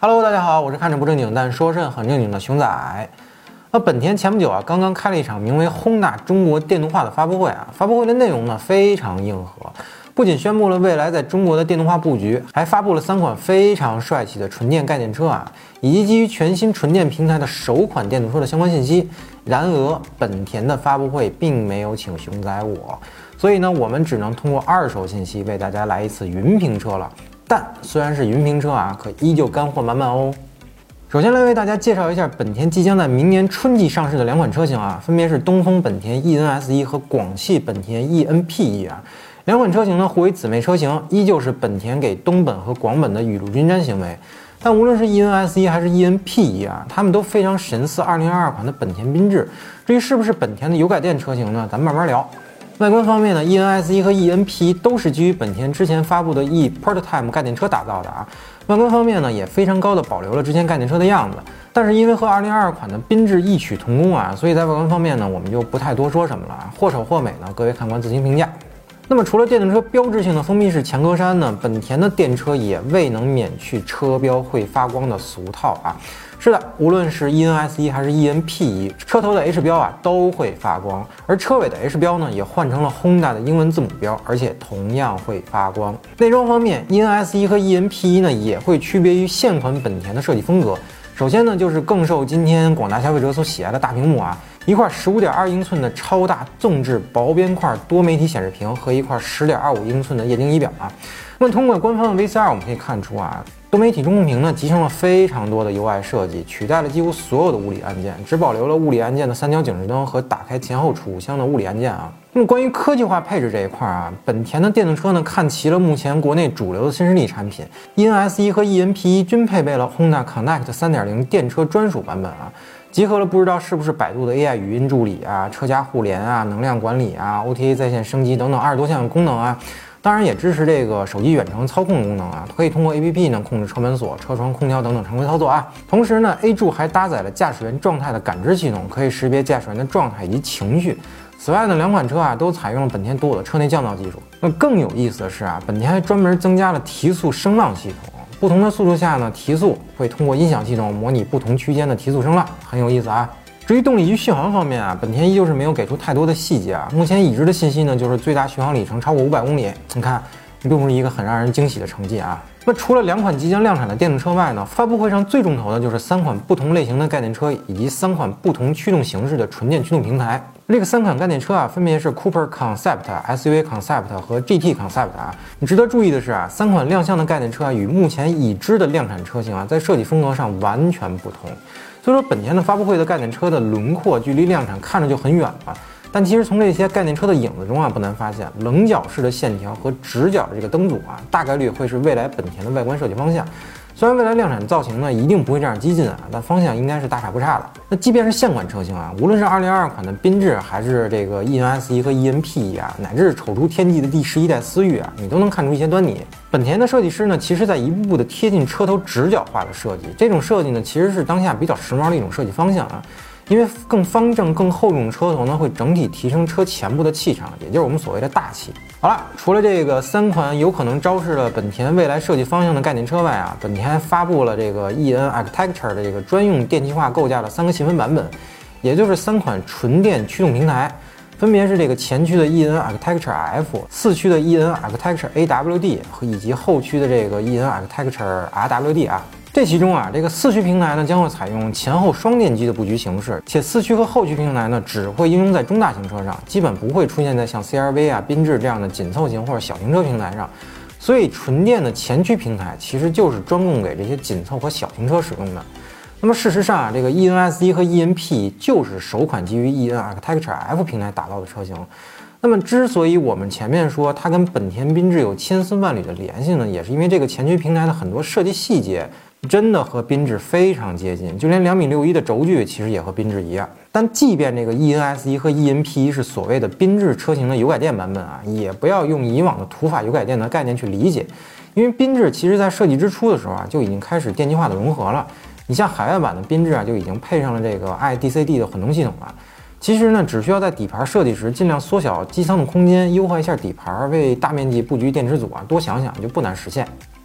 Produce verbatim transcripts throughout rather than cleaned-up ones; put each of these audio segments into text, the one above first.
Hello， 大家好，我是看着不正经但说事很正经的熊仔。那本田前不久啊，刚刚开了一场名为 Honda 中国电动化的发布会啊，发布会的内容呢非常硬核，不仅宣布了未来在中国的电动化布局，还发布了三款非常帅气的纯电概念车啊，以及基于全新纯电平台的首款电动车的相关信息。然而，本田的发布会并没有请熊仔我，所以呢，我们只能通过二手信息为大家来一次云评车了。但虽然是云评车啊，可依旧干货满满哦。首先来为大家介绍一下本田即将在明年春季上市的两款车型啊，分别是东风本田 E N S 一和广汽本田 E N P 一啊。两款车型呢互为姊妹车型，依旧是本田给东本和广本的雨露均沾行为。但无论是 E N S 一还是 E N P 一啊，它们都非常神似二零二二款的本田缤智。至于是不是本田的油改电车型呢，咱们慢慢聊。外观方面呢 ，E N S 一和 E N P 一都是基于本田之前发布的 E Prototype 概念车打造的啊。外观方面呢，也非常高的保留了之前概念车的样子。但是因为和二零二二款的缤智异曲同工啊，所以在外观方面呢，我们就不太多说什么了啊。或丑或美呢，各位看官自行评价。那么除了电动车标志性的封闭式前格栅呢，本田的电车也未能免去车标会发光的俗套啊。是的，无论是 E N S 一还是 E N P 一，车头的 H 标啊都会发光，而车尾的 H 标呢也换成了 Honda 的英文字母标，而且同样会发光。内装方面 ，E N S 一和 E N P 一呢也会区别于现款本田的设计风格。首先呢，就是更受今天广大消费者所喜爱的大屏幕啊，一块 十五点二英寸的超大纵置薄边块多媒体显示屏和一块 十点二五英寸的液晶仪表啊。那么通过官方的 V C R 我们可以看出啊，多媒体中控屏呢集成了非常多的 U I 设计，取代了几乎所有的物理按键，只保留了物理按键的三角警示灯和打开前后储物箱的物理按键啊。那么关于科技化配置这一块啊，本田的电动车呢看齐了目前国内主流的新势力产品 ，E N S 一和 E N P 一均配备了 Honda Connect 三点零 电车专属版本啊。集合了不知道是不是百度的 A I 语音助理啊、车家互联啊、能量管理啊、O T A 在线升级等等二十多项功能啊。当然也支持这个手机远程操控功能啊，可以通过 A P P 呢控制车门锁、车窗、空调等等常规操作啊。同时呢 ，A 柱还搭载了驾驶员状态的感知系统，可以识别驾驶员的状态以及情绪。此外呢，两款车啊都采用了本田独有的车内降噪技术。那更有意思的是啊，本田还专门增加了提速声浪系统。不同的速度下呢，提速会通过音响系统模拟不同区间的提速声浪，很有意思啊。至于动力与续航方面啊，本田依旧是没有给出太多的细节啊。目前已知的信息呢，就是最大续航里程超过五百公里。你看，并不是一个很让人惊喜的成绩啊。那除了两款即将量产的电动车外呢，发布会上最重头的就是三款不同类型的概念车，以及三款不同驱动形式的纯电驱动平台。这个三款概念车啊，分别是 Cooper Concept、S U V Concept 和 G T Concept 啊。你值得注意的是啊，三款亮相的概念车啊，与目前已知的量产车型啊，在设计风格上完全不同。所以说，本田的发布会的概念车的轮廓距离量产看着就很远了。但其实从这些概念车的影子中啊，不难发现，棱角式的线条和直角的这个灯组啊，大概率会是未来本田的外观设计方向。虽然未来量产造型呢一定不会这样激进啊，但方向应该是大差不差的。那即便是现款车型啊，无论是二零二二款的缤智，还是这个 E N S 一和 E N P 一啊，乃至丑出天际的第十一代思域啊，你都能看出一些端倪。本田的设计师呢，其实在一步步的贴近车头直角化的设计，这种设计呢，其实是当下比较时髦的一种设计方向啊。因为更方正、更厚重的车头呢，会整体提升车前部的气场，也就是我们所谓的大气。好了，除了这个三款有可能昭示了本田未来设计方向的概念车外啊，本田还发布了这个 E N Architecture 的这个专用电气化构架的三个细分版本，也就是三款纯电驱动平台，分别是这个前驱的 E N Architecture F、四驱的 E N Architecture A W D 和以及后驱的这个 E N Architecture R W D 啊。这其中啊，这个四驱平台呢将会采用前后双电机的布局形式，且四驱和后驱平台呢只会应用在中大型车上，基本不会出现在像 C R V 啊、缤智这样的紧凑型或者小型车平台上。所以纯电的前驱平台其实就是专供给这些紧凑和小型车使用的。那么事实上啊，这个 E N S 一和 E N P 就是首款基于 E N Architecture F 平台打造的车型。那么之所以我们前面说它跟本田缤智有千丝万缕的联系呢，也是因为这个前驱平台的很多设计细节真的和缤智非常接近，就连两米六一的轴距其实也和缤智一样。但即便这个 E N S 一和 E N P 一是所谓的缤智车型的油改电版本啊，也不要用以往的土法油改电的概念去理解，因为缤智其实在设计之初的时候啊，就已经开始电气化的融合了。你像海外版的缤智啊，就已经配上了这个 I D C D 的混动系统了。其实呢，只需要在底盘设计时尽量缩小机舱的空间，优化一下底盘，为大面积布局电池组啊多想想，就不难实现。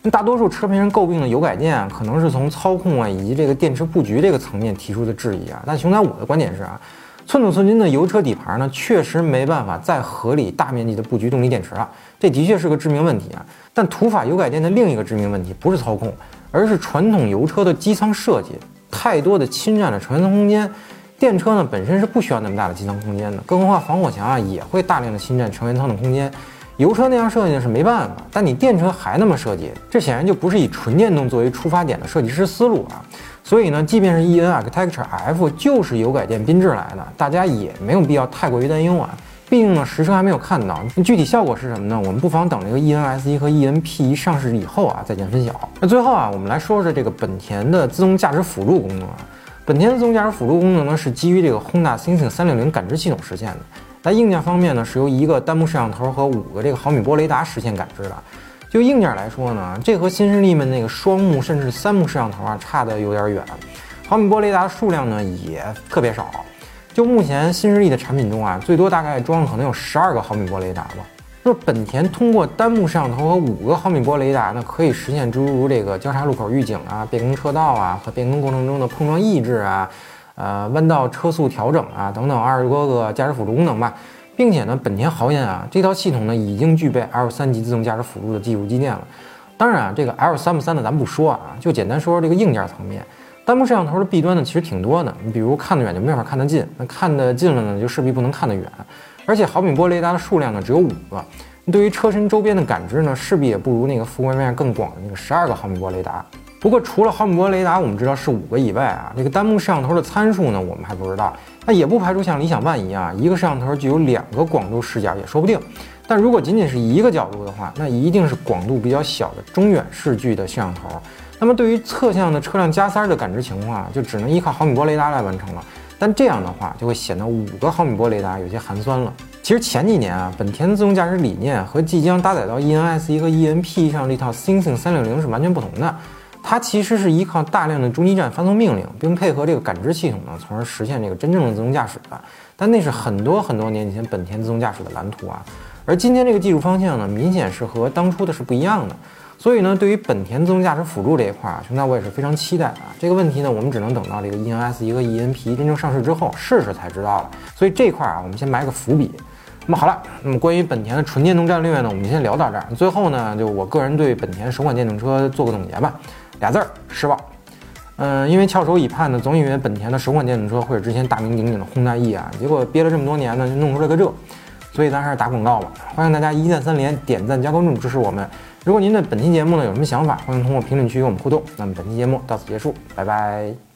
大多数车评人诟病的油改电啊，可能是从操控啊以及这个电池布局这个层面提出的质疑啊。但熊仔我的观点是啊，寸土寸金的油车底盘呢，确实没办法再合理大面积的布局动力电池了，这的确是个致命问题啊。但途法油改电的另一个致命问题不是操控，而是传统油车的机舱设计太多的侵占了成员层空间。电车呢本身是不需要那么大的机舱空间的，更何况防火墙啊也会大量的侵占成员舱的空间。油车那样设计呢是没办法，但你电车还那么设计，这显然就不是以纯电动作为出发点的设计师思路啊。所以呢，即便是 E N Architecture F 就是油改电缤智来的，大家也没有必要太过于担忧啊。毕竟呢，实车还没有看到，具体效果是什么呢？我们不妨等这个 E N S 一和 E N P 一上市以后啊再见分晓。那最后啊，我们来说说这个本田的自动驾驶辅助功能啊。本田的自动驾驶辅助功能呢是基于这个 Honda Sensing 三六零感知系统实现的。在硬件方面呢，是由一个单目摄像头和五个这个毫米波雷达实现感知的。就硬件来说呢，这和新势力们那个双目甚至三目摄像头啊差的有点远。毫米波雷达的数量呢也特别少。就目前新势力的产品中啊，最多大概装了可能有十二个毫米波雷达吧。那本田通过单目摄像头和五个毫米波雷达呢，可以实现诸如这个交叉路口预警啊、变更车道啊和变更过程中的碰撞抑制啊。呃，弯道车速调整啊，等等二十多个驾驶辅助功能吧，并且呢，本田豪言啊，这套系统呢已经具备 L 三级自动驾驶辅助的技术积淀了。当然啊，这个 L 三不三的咱不说啊，就简单说说这个硬件层面。单目摄像头的弊端呢其实挺多的，你比如看得远就没法看得近，那看得近了呢就势必不能看得远，而且毫米波雷达的数量呢只有五个，对于车身周边的感知呢势必也不如那个覆盖面更广的那个十二个毫米波雷达。不过除了毫米波雷达我们知道是五个以外啊，这个单目摄像头的参数呢我们还不知道，那也不排除像理想 ONE 一样，一个摄像头具有两个广度视角也说不定。但如果仅仅是一个角度的话，那一定是广度比较小的中远视距的摄像头。那么对于侧向的车辆加塞的感知情况啊，就只能依靠毫米波雷达来完成了。但这样的话就会显得五个毫米波雷达有些寒酸了。其实前几年啊，本田的自动驾驶理念和即将搭载到 E N S 一和 E N P 上这套 Sensing 三六零是完全不同的。它其实是依靠大量的中继站发送命令，并配合这个感知系统呢，从而实现这个真正的自动驾驶的。但那是很多很多年前本田自动驾驶的蓝图啊。而今天这个技术方向呢，明显是和当初的是不一样的。所以呢，对于本田自动驾驶辅助这一块啊，熊大我也是非常期待的啊。这个问题呢，我们只能等到这个 E N S 一和 E N P 一真正上市之后试试才知道了。所以这块啊，我们先埋个伏笔。那么好了，那么关于本田的纯电动战略呢，我们就先聊到这儿。最后呢，就我个人对本田首款电动车做个总结吧，俩字儿：失望。嗯，因为翘首以盼呢，总以为本田的首款电动车会是之前大名鼎鼎的轰大 E 啊，结果憋了这么多年呢，就弄出来个这。所以咱还是打广告吧，欢迎大家一键三连、点赞加关注支持我们。如果您对本期节目呢有什么想法，欢迎通过评论区与我们互动。那么本期节目到此结束，拜拜。